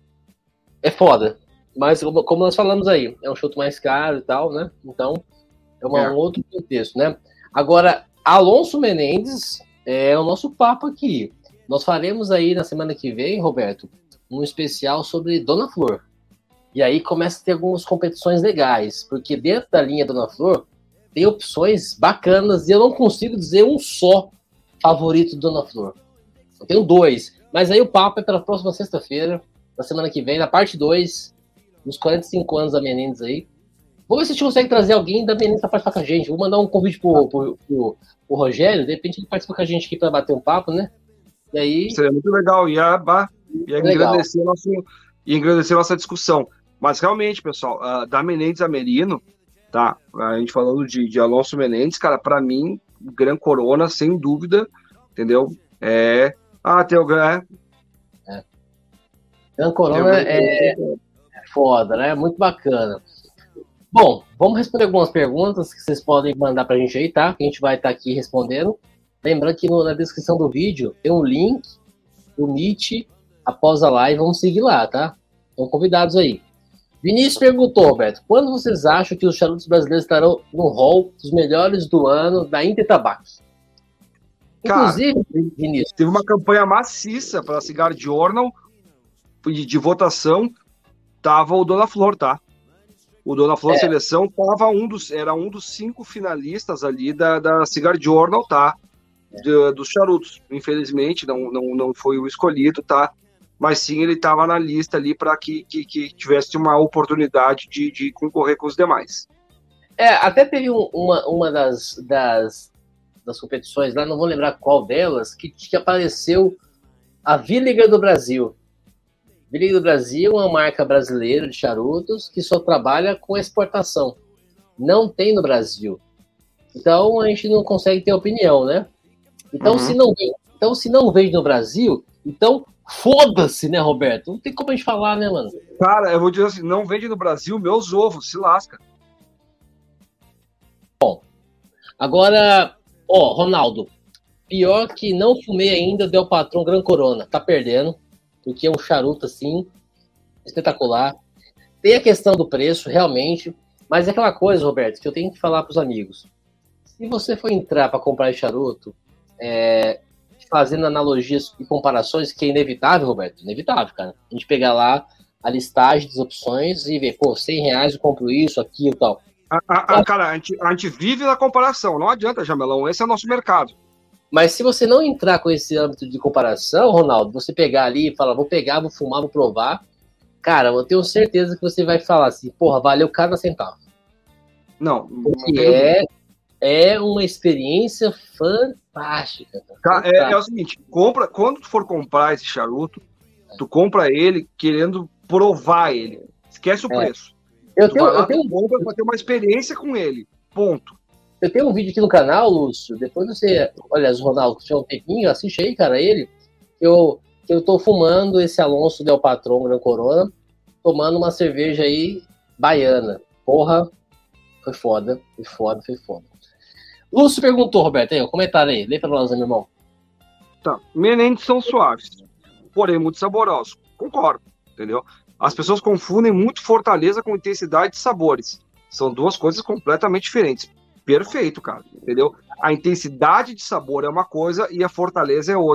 Speaker 1: É foda. Mas, como nós falamos aí, é um charuto mais caro e tal, né? Então, é, uma, é. um outro contexto, né? Agora, Alonso Menendez é o nosso papo aqui. Nós faremos aí na semana que vem, Roberto, um especial sobre Dona Flor. E aí começa a ter algumas competições legais, porque dentro da linha Dona Flor tem opções bacanas e eu não consigo dizer um só favorito de Dona Flor. Eu tenho dois, mas aí o papo é pela próxima sexta-feira, na semana que vem, na parte dois, nos quarenta e cinco anos da Menendez aí. Vamos ver se a gente consegue trazer alguém da Menendez para participar com a gente. Vou mandar um convite pro, pro, pro, pro Rogério, de repente ele participa com a gente aqui para bater um papo, né? E aí...
Speaker 2: Seria muito legal, ia, ia engrandecer, nosso, ia engrandecer nossa discussão. Mas realmente, pessoal, uh, da Menendez a Merino, tá? A gente falando de, de Alonso Menendez, cara, para mim, Gran Corona, sem dúvida, entendeu? É... Ah, tem o Gran...
Speaker 1: É. Gran Corona é... é foda, né? Muito bacana. Bom, vamos responder algumas perguntas que vocês podem mandar pra gente aí, tá? Que a gente vai estar tá aqui respondendo. Lembrando que no, na descrição do vídeo tem um link do Meet após a live. Vamos seguir lá, tá? Estão convidados aí. Vinícius perguntou, Roberto, quando vocês acham que os charutos brasileiros estarão no hall dos melhores do ano da Inter Tabac?
Speaker 2: Inclusive, cara, Vinícius, teve uma campanha maciça para a Cigar Journal de, de votação. Tava o Dona Flor, tá? O Dona Flor é. Seleção tava um dos, era um dos cinco finalistas ali da, da Cigar Journal, tá? É. De, dos charutos. Infelizmente, não, não, não foi o escolhido, tá? Mas sim, ele estava na lista ali para que, que, que tivesse uma oportunidade de, de concorrer com os demais.
Speaker 1: É, até teve um, uma, uma das, das, das competições lá, não vou lembrar qual delas, que, que apareceu a Villiger do Brasil. Villiger do Brasil é uma marca brasileira de charutos que só trabalha com exportação. Não tem no Brasil. Então a gente não consegue ter opinião, né? Então, uhum. se, não, então se não vende no Brasil, então foda-se, né, Roberto? Não tem como a gente falar, né, mano?
Speaker 2: Cara, eu vou dizer assim, não vende no Brasil, meus ovos, se lasca.
Speaker 1: Bom, agora, ó, Ronaldo, pior que não fumei ainda, Del Patrón Gran Corona, tá perdendo, porque é um charuto, assim, espetacular. Tem a questão do preço, realmente, mas é aquela coisa, Roberto, que eu tenho que falar pros amigos. Se você for entrar para comprar esse charuto, é... fazendo analogias e comparações, que é inevitável, Roberto, inevitável, cara. A gente pegar lá a listagem das opções e ver, pô, cem reais eu compro isso, aquilo e tal.
Speaker 2: A, a, a, cara, a gente, a gente vive na comparação, não adianta, Jamelão, esse é o nosso mercado.
Speaker 1: Mas se você não entrar com esse âmbito de comparação, Ronaldo, você pegar ali e falar, vou pegar, vou fumar, vou provar, cara, eu tenho certeza que você vai falar assim, porra, valeu cada centavo.
Speaker 2: Não,
Speaker 1: porque não é, é uma experiência fantástica.
Speaker 2: Cara, é, é o seguinte, compra, quando tu for comprar esse charuto, tu compra ele querendo provar ele. Esquece o é. preço.
Speaker 1: Eu
Speaker 2: tu
Speaker 1: tenho,
Speaker 2: vai lá,
Speaker 1: eu tenho...
Speaker 2: compra pra ter uma experiência com ele. Ponto.
Speaker 1: Eu tenho um vídeo aqui no canal, Lúcio. Depois você, olha, Ronaldo, se tiver um tempinho, assiste aí, cara, ele. Eu, eu tô fumando esse Alonso Del Patrón Gran Corona, tomando uma cerveja aí baiana. Porra, foi foda, foi foda, foi foda. Lúcio perguntou, Roberto, aí, comentário aí, lê pra nós, meu irmão.
Speaker 2: Tá, Menendez são suaves, porém muito saborosos. Concordo, entendeu? As pessoas confundem muito fortaleza com intensidade de sabores. São duas coisas completamente diferentes. Perfeito, cara, entendeu? A intensidade de sabor é uma coisa e a fortaleza é outra.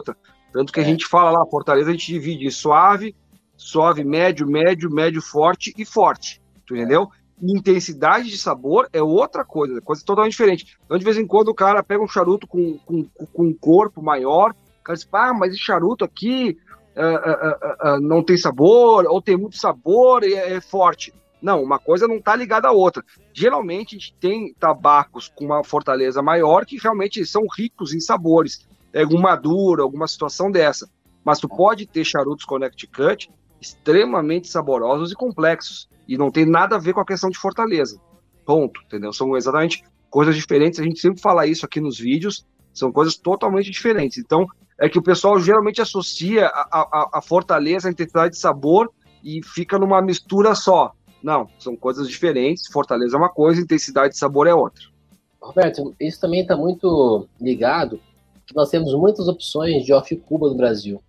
Speaker 2: Tanto que a gente fala lá, Fortaleza, a gente divide em suave, suave, médio, médio, médio, forte e forte, tu entendeu? E intensidade de sabor é outra coisa, coisa totalmente diferente. Então, de vez em quando, o cara pega um charuto com, com, com um corpo maior, o cara diz, ah, mas esse charuto aqui uh, uh, uh, uh, não tem sabor, ou tem muito sabor e é, é forte. Não, uma coisa não está ligada à outra. Geralmente, a gente tem tabacos com uma fortaleza maior que realmente são ricos em sabores. É algum maduro, alguma situação dessa. Mas tu pode ter charutos Connecticut extremamente saborosos e complexos. E não tem nada a ver com a questão de fortaleza. Ponto, entendeu? São exatamente coisas diferentes. A gente sempre fala isso aqui nos vídeos. São coisas totalmente diferentes. Então, é que o pessoal geralmente associa a, a, a fortaleza, a intensidade de sabor e fica numa mistura só. Não, são coisas diferentes. Fortaleza é uma coisa, intensidade de sabor é outra.
Speaker 1: Roberto, isso também está muito ligado que nós temos muitas opções de off-cuba no Brasil.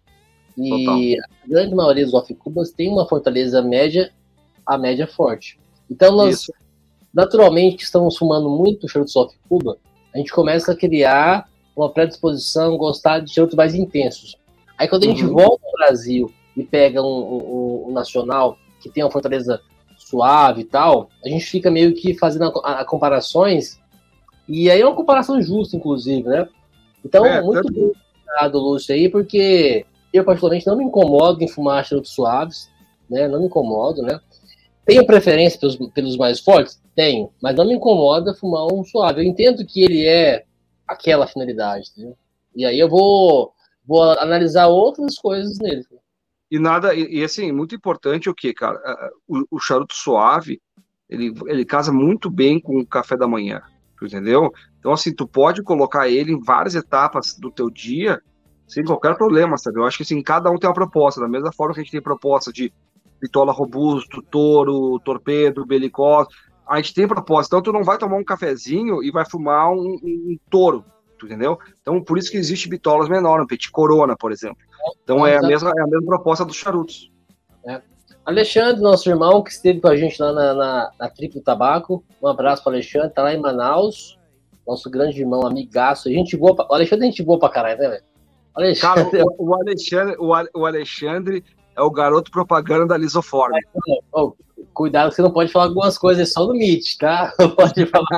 Speaker 1: E Total. A grande maioria dos off-cubas tem uma fortaleza média a média forte. Então, nós, Isso. naturalmente, estamos fumando muito charuto off-cuba, a gente começa a criar uma predisposição a gostar de charutos mais intensos. Aí, quando a gente uhum. volta ao Brasil e pega um, um, um nacional que tem uma fortaleza suave e tal, a gente fica meio que fazendo a, a comparações, e aí é uma comparação justa, inclusive, né? Então, é, muito é... bem obrigado, Lúcio, aí, porque eu, particularmente, não me incomodo em fumar charutos suaves, né? Não me incomodo, né? Tenho preferência pelos, pelos mais fortes? Tenho, mas não me incomoda fumar um suave. Eu entendo que ele é aquela finalidade, entendeu? E aí eu vou, vou analisar outras coisas nele.
Speaker 2: E nada, e, e assim, muito importante o que, cara? O, o charuto suave, ele, ele casa muito bem com o café da manhã, entendeu? Então, assim, tu pode colocar ele em várias etapas do teu dia sem qualquer problema, sabe? Eu acho que, assim, cada um tem uma proposta, da mesma forma que a gente tem proposta de bitola robusto, touro, torpedo, belicós, a gente tem proposta. Então, tu não vai tomar um cafezinho e vai fumar um, um, um touro, tu entendeu? Então, por isso que existe bitolas menores, um petit corona, por exemplo. Então, é, é, a, mesma, é a mesma proposta dos charutos.
Speaker 1: É. Alexandre, nosso irmão, que esteve com a gente lá na, na, na Triplo Tabaco, um abraço para o Alexandre, tá lá em Manaus, nosso grande irmão, amigaço, gente boa pra... o Alexandre é gente boa pra caralho, né, velho?
Speaker 2: Alexandre... Cara, o, o, Alexandre, o, o Alexandre é o garoto propaganda da Lisoform. É,
Speaker 1: oh, cuidado que você não pode falar algumas coisas só no Meet, tá? Não pode falar.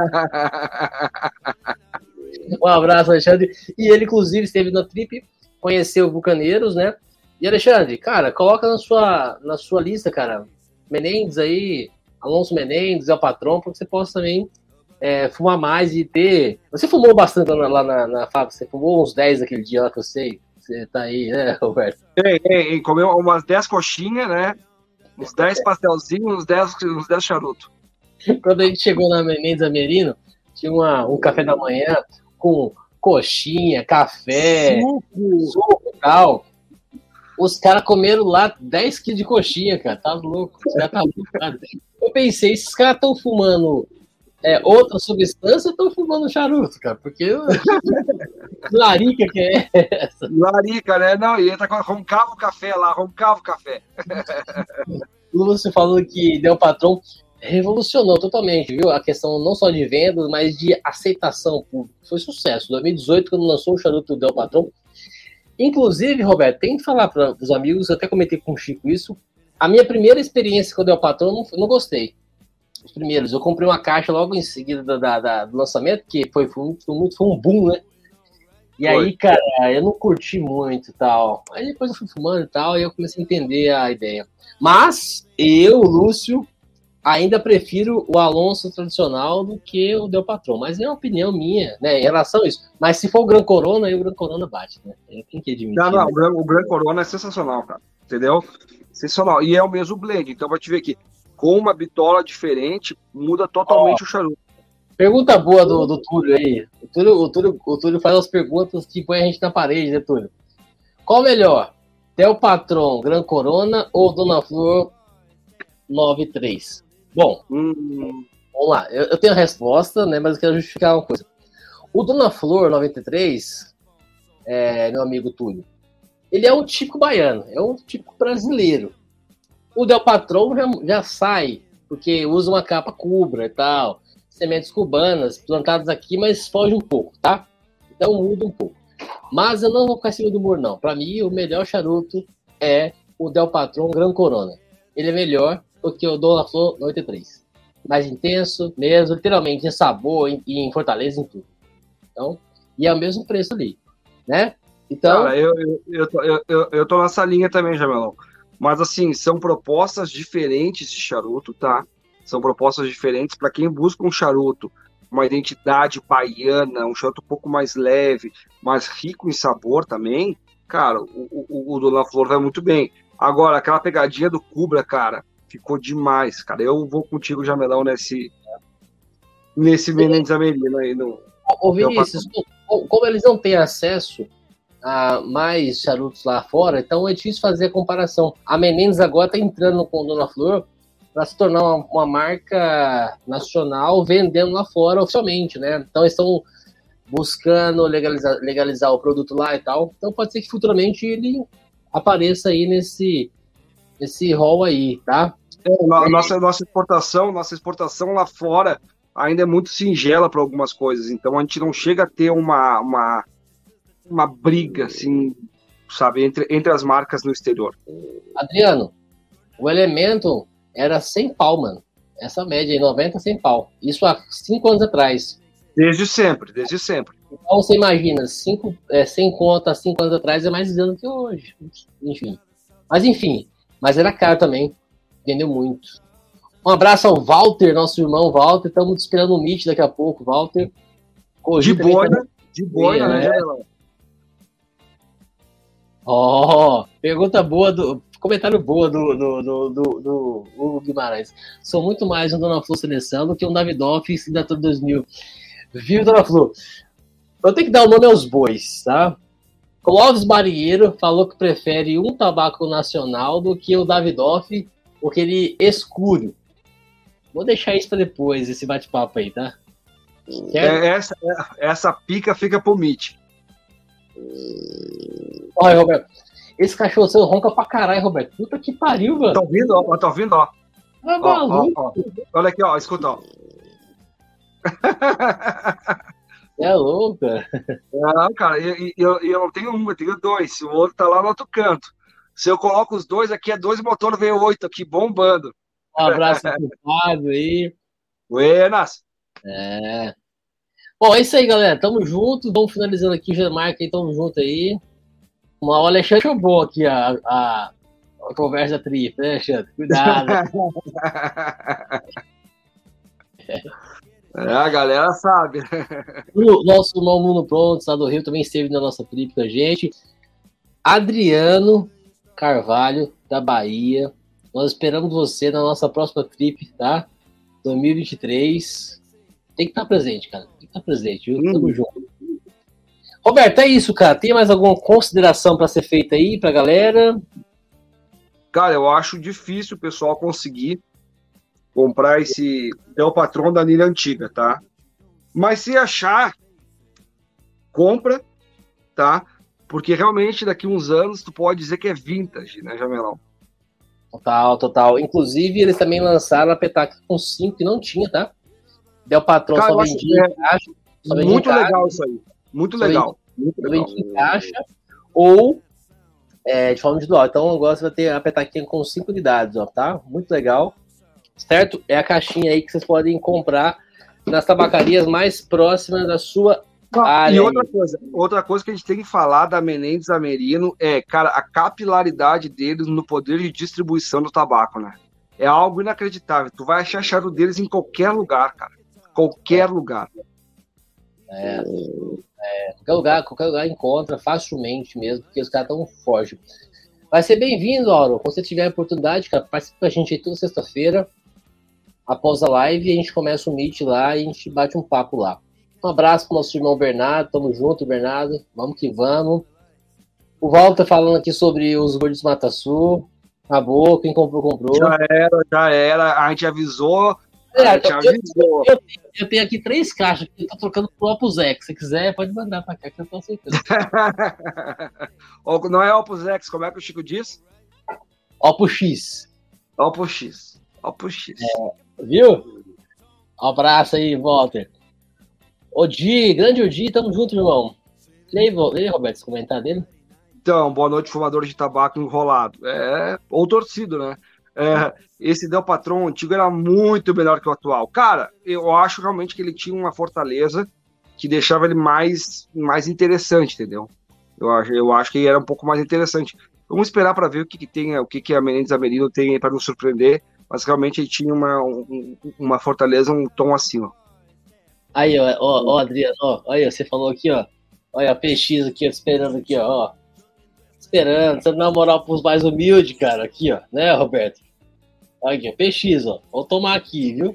Speaker 1: Um abraço, Alexandre. E ele, inclusive, esteve na Trip, conheceu o Vulcaneiros, né? E, Alexandre, cara, coloca na sua, na sua lista, cara, Menendez aí, Alonso Menendez, é o patrão, para que você possa também é, fumar mais e ter... Você fumou bastante lá, lá na, na fábrica, você fumou uns dez aquele dia lá que eu sei. Você tá aí, né, Roberto?
Speaker 2: Tem, tem, comeu umas dez coxinhas, né? Uns dez pastelzinhos, uns dez, uns dez charutos.
Speaker 1: Quando a gente chegou na Menendez Amerino, tinha uma, um café da manhã com coxinha, café, suco, suco e tal. Os caras comeram lá dez quilos de coxinha, cara. Tá louco. Tá louco, cara. Eu pensei, esses caras estão fumando é, outra substância ou estão fumando charuto, cara? Porque larica que é essa?
Speaker 2: Larica, né? Não, e tá, roncava o café lá, roncava o café.
Speaker 1: O Lúcio falou que Del Patrón revolucionou totalmente, viu? A questão não só de vendas, mas de aceitação pública. Foi sucesso. Em dois mil e dezoito, quando lançou o charuto Del Patrón. Inclusive, Roberto, tem que falar para os amigos, eu até comentei com o Chico isso, a minha primeira experiência com o Del Patrón, não, não gostei. Os primeiros, eu comprei uma caixa logo em seguida da, da, da, do lançamento, que foi, foi, muito, foi um boom, né? E foi. Aí, cara, eu não curti muito e tal. Aí depois eu fui fumando e tal, e eu comecei a entender a ideia. Mas eu, Lúcio, ainda prefiro o Alonso tradicional do que o Del Patrón. Mas é uma opinião minha, né, em relação a isso. Mas se for o Gran Corona, aí o Gran Corona bate, né? Tem que admitir.
Speaker 2: Não, não,
Speaker 1: né?
Speaker 2: o, Gran, o Gran Corona é sensacional, cara. Entendeu? Sensacional. E é o mesmo blend. Então, vai te ver aqui, com uma bitola diferente, muda totalmente oh. o charuto.
Speaker 1: Pergunta boa do, do Túlio aí. O Túlio, o, Túlio, o Túlio faz as perguntas que põe a gente na parede, né, Túlio? Qual melhor? Del Patrón, Gran Corona ou Dona Flor noventa e três? Bom, hum. vamos lá. Eu, eu tenho a resposta, né, mas eu quero justificar uma coisa. O Dona Flor noventa e três, é, meu amigo Túlio, ele é um típico baiano, é um típico brasileiro. O Del Patrón já, já sai, porque usa uma capa cubra e tal, sementes cubanas plantadas aqui, mas foge um pouco, tá? Então muda um pouco. Mas eu não vou ficar em cima do muro, não. Para mim, o melhor charuto é o Del Patron Gran Corona. Ele é melhor do que o Dona Flor noventa e três. Mais intenso, mesmo, literalmente, em sabor, em, em fortaleza, em tudo. Então, e é o mesmo preço ali, né? Então...
Speaker 2: Cara, eu, eu, eu, tô, eu, eu, eu tô nessa linha também, Jamelão. Mas, assim, são propostas diferentes de charuto, tá? São propostas diferentes para quem busca um charuto, uma identidade baiana, um charuto um pouco mais leve, mais rico em sabor também. Cara, o, o, o Dona Flor vai muito bem. Agora, aquela pegadinha do Cubra, cara, ficou demais, cara. Eu vou contigo, Jamelão, nesse, nesse Menendez Amerino aí. No,
Speaker 1: Ô, Vinícius, como eles não têm acesso a mais charutos lá fora, então é difícil fazer a comparação. A Menendez agora está entrando com o Dona Flor para se tornar uma, uma marca nacional vendendo lá fora oficialmente, né? Então eles estão buscando legalizar, legalizar o produto lá e tal. Então pode ser que futuramente ele apareça aí nesse, nesse hall aí, tá?
Speaker 2: É, nossa, nossa exportação, nossa exportação lá fora ainda é muito singela para algumas coisas, então a gente não chega a ter uma, uma, uma briga, assim, sabe, entre, entre as marcas no exterior.
Speaker 1: Adriano, o Elemento era cem pau, mano. Essa média aí, noventa, cem pau. Isso há cinco anos atrás.
Speaker 2: Desde sempre, desde sempre.
Speaker 1: Então você imagina, cinco, é, cem conto há cinco anos atrás é mais dano que hoje. Enfim. Mas enfim, mas era caro também. Vendeu muito. Um abraço ao Walter, nosso irmão Walter. Estamos esperando o Meet daqui a pouco, Walter.
Speaker 2: De boina, tá... de boina,
Speaker 1: é.
Speaker 2: né, Jamelão?
Speaker 1: Ó, oh, pergunta boa, do, comentário boa do, do, do, do, do Hugo Guimarães. Sou muito mais um Dona Flor Seleção do que um Davidoff e da Tour dois mil. Viu, Dona Flor? Eu tenho que dar o nome aos bois, tá? Clóvis Marinheiro falou que prefere um tabaco nacional do que o Davidoff, aquele escuro. Vou deixar isso para depois, esse bate-papo aí, tá?
Speaker 2: É, essa, essa pica fica pro Mitch.
Speaker 1: Olha, Roberto, esse cachorro seu ronca pra caralho, Roberto. Puta que pariu, mano.
Speaker 2: Tá ouvindo, ó? Tá ouvindo, ó?
Speaker 1: Ah, ó,
Speaker 2: ó, ó. Olha aqui, ó, escuta, ó.
Speaker 1: É louco, cara.
Speaker 2: Não, cara, eu, eu, eu não tenho um, eu tenho dois. O outro tá lá no outro canto. Se eu coloco os dois aqui, é dois motor V oito aqui bombando.
Speaker 1: Um abraço pro Fábio aí.
Speaker 2: Buenas.
Speaker 1: É. Bom, é isso aí, galera. Tamo junto. Vamos finalizando aqui. Já marca aí, tamo junto aí. Uma, o Alexandre chamou aqui a, a, a conversa tripla, né, Alexandre? Cuidado.
Speaker 2: É, a galera sabe.
Speaker 1: O nosso irmão Mundo Pronto, lá do Rio, também esteve na nossa trip com a gente. Adriano Carvalho, da Bahia. Nós esperamos você na nossa próxima trip, tá? dois mil e vinte e três. Tem que estar presente, cara. Tem que estar presente, viu? Tamo hum. junto. Roberto, é isso, cara. Tem mais alguma consideração para ser feita aí pra galera?
Speaker 2: Cara, eu acho difícil o pessoal conseguir comprar esse Del Patron da anilha antiga, tá? Mas se achar, compra, tá? Porque realmente daqui uns anos tu pode dizer que é vintage, né, Jamelão?
Speaker 1: Total, total. Inclusive, eles também lançaram a Petaca com cinco que não tinha, tá? Del Patron
Speaker 2: Cara,
Speaker 1: só vendia em caixa. Só vendia
Speaker 2: muito
Speaker 1: em caixa,
Speaker 2: legal isso aí. Muito legal. Muito legal.
Speaker 1: Vendia em caixa ou é, de forma individual. Então agora você vai ter a petaquinha com cinco unidades, ó, tá? Muito legal. Certo? É a caixinha aí que vocês podem comprar nas tabacarias mais próximas da sua
Speaker 2: ah,
Speaker 1: área.
Speaker 2: E outra coisa, outra coisa que a gente tem que falar da Menendez Amerino é, cara, a capilaridade deles no poder de distribuição do tabaco, né? É algo inacreditável. Tu vai achar charuto deles em qualquer lugar, cara. Qualquer lugar.
Speaker 1: É, é, qualquer lugar, qualquer lugar encontra facilmente mesmo, porque os caras estão fortes. Vai ser bem-vindo, Auro. Quando você tiver a oportunidade, cara, participe com a gente aí toda sexta-feira. Após a live, a gente começa o meet lá e a gente bate um papo lá. Um abraço pro nosso irmão Bernardo. Tamo junto, Bernardo. Vamos que vamos. O Walter falando aqui sobre os gordos Mata Sul. Acabou, quem comprou, comprou.
Speaker 2: Já era, já era. A gente avisou.
Speaker 1: É,
Speaker 2: a gente
Speaker 1: eu,
Speaker 2: avisou.
Speaker 1: Eu, eu, eu tenho aqui três caixas que eu tô trocando pro Opus X. Se quiser, pode mandar pra cá que eu tô aceitando.
Speaker 2: Não é Opus X, como é que o Chico diz?
Speaker 1: Opus X.
Speaker 2: Opus X. Opus X.
Speaker 1: É, viu? Um abraço aí, Walter. Odi, grande Odi, tamo junto, irmão. Lê, lê, Roberto, esse comentário dele.
Speaker 2: Então, boa noite, fumador de tabaco enrolado. É, ou torcido, né? É, esse Del Patrão antigo era muito melhor que o atual. Cara, eu acho realmente que ele tinha uma fortaleza que deixava ele mais, mais interessante, entendeu? Eu acho, eu acho que era um pouco mais interessante. Vamos esperar para ver o que, que tem, o que, que a Menendez Amerino tem para nos surpreender, mas realmente ele tinha uma, um, uma fortaleza, um tom acima.
Speaker 1: Aí, ó, ó, ó Adriano, ó, olha, você falou aqui, ó, olha, P X aqui, ó, esperando aqui, ó, ó, esperando, você dá moral pros mais humildes, cara, aqui, ó, né, Roberto? Olha aqui, ó, P X, ó, vou tomar aqui, viu?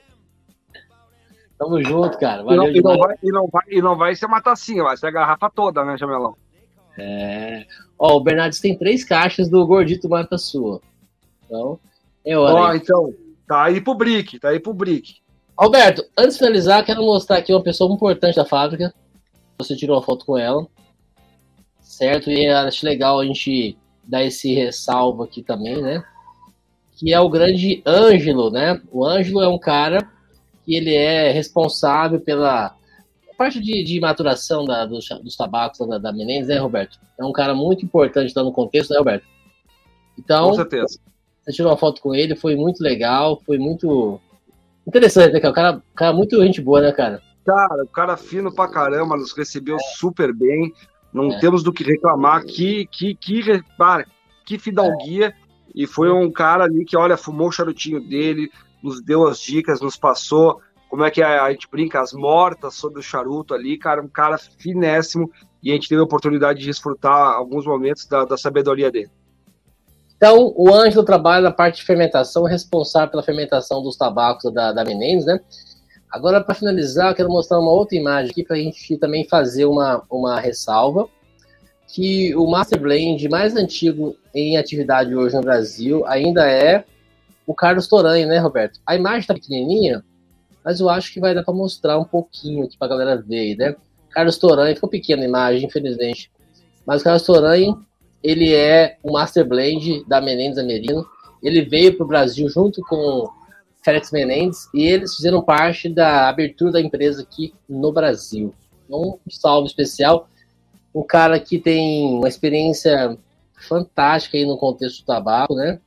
Speaker 1: Tamo junto, cara, valeu
Speaker 2: e não, e não, vai, e, não vai, e não vai ser uma tacinha, vai ser a garrafa toda, né, Jamelão?
Speaker 1: É, ó, o Bernardes tem três caixas do Gordito Mata Sua, então, é hora.
Speaker 2: Ó, então, tá aí pro Brick, tá aí pro Brick.
Speaker 1: Roberto, antes de finalizar, quero mostrar aqui uma pessoa importante da fábrica. Você tirou uma foto com ela, certo? E acho legal a gente dar esse ressalvo aqui também, né? Que é o grande Ângelo, né? O Ângelo é um cara que ele é responsável pela parte de, de maturação da, dos, dos tabacos da, da Menendez, né, Roberto? É um cara muito importante lá no contexto, né, Roberto? Então,
Speaker 2: com certeza.
Speaker 1: Você tirou uma foto com ele, foi muito legal, foi muito... interessante, né, cara? O cara, cara muito gente boa, né, cara?
Speaker 2: Cara, o cara fino pra caramba, nos recebeu é. super bem, não é. temos do que reclamar, que, que, que, repara, que fidalguia, é. e foi um cara ali que, olha, fumou o charutinho dele, nos deu as dicas, nos passou como é que a, a gente brinca, as mortas sobre o charuto ali, cara, um cara finésimo, e a gente teve a oportunidade de desfrutar alguns momentos da, da sabedoria dele.
Speaker 1: Então, o Ângelo trabalha na parte de fermentação, responsável pela fermentação dos tabacos da, da Menendez, né? Agora, para finalizar, eu quero mostrar uma outra imagem aqui para a gente também fazer uma, uma ressalva, que o Master Blend mais antigo em atividade hoje no Brasil ainda é o Carlos Toranho, né, Roberto? A imagem está pequenininha, mas eu acho que vai dar para mostrar um pouquinho aqui para a galera ver, né? Carlos Toranho, ficou pequena a imagem, infelizmente, mas o Carlos Toranho, ele é o Master Blend da Menendez Amerino. Ele veio para o Brasil junto com Félix Menendez e eles fizeram parte da abertura da empresa aqui no Brasil. Um salve especial. Um cara que tem uma experiência fantástica aí no contexto do tabaco, né?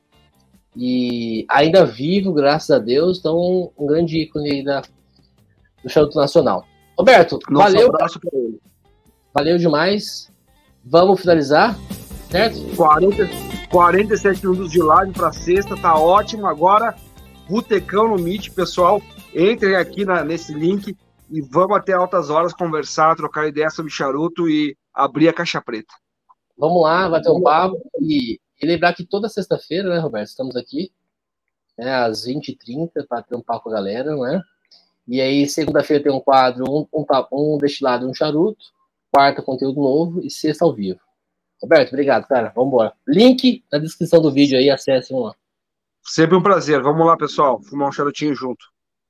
Speaker 1: E ainda vivo, graças a Deus. Então, um grande ícone aí da, do charuto nacional. Roberto,
Speaker 2: Nosso
Speaker 1: valeu.
Speaker 2: Abraço pra ele.
Speaker 1: Valeu demais. Vamos finalizar. Certo?
Speaker 2: quarenta, quarenta e sete minutos de live para sexta, tá ótimo. Agora, Botecão no Meet, pessoal. Entrem aqui na, nesse link e vamos até altas horas conversar, trocar ideia sobre charuto e abrir a caixa preta.
Speaker 1: Vamos lá, vai ter um papo. E, e lembrar que toda sexta-feira, né, Roberto? Estamos aqui né, às vinte e trinta para ter um papo com a galera, não é? E aí, segunda-feira tem um quadro, um, um, um destilado e um charuto. Quarta, conteúdo novo. E sexta, ao vivo. Roberto, obrigado, cara. Vamos embora. Link na descrição do vídeo aí, acessem lá.
Speaker 2: Sempre um prazer. Vamos lá, pessoal. Fumar um charutinho junto.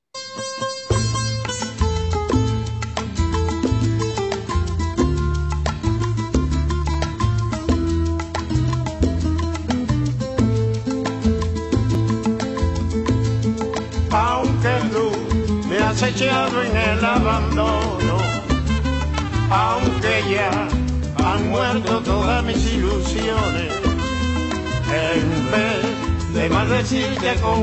Speaker 3: Aunque tú me has echado en el abandono, aunque ya han muerto todas mis ilusiones, en vez de maldecirte con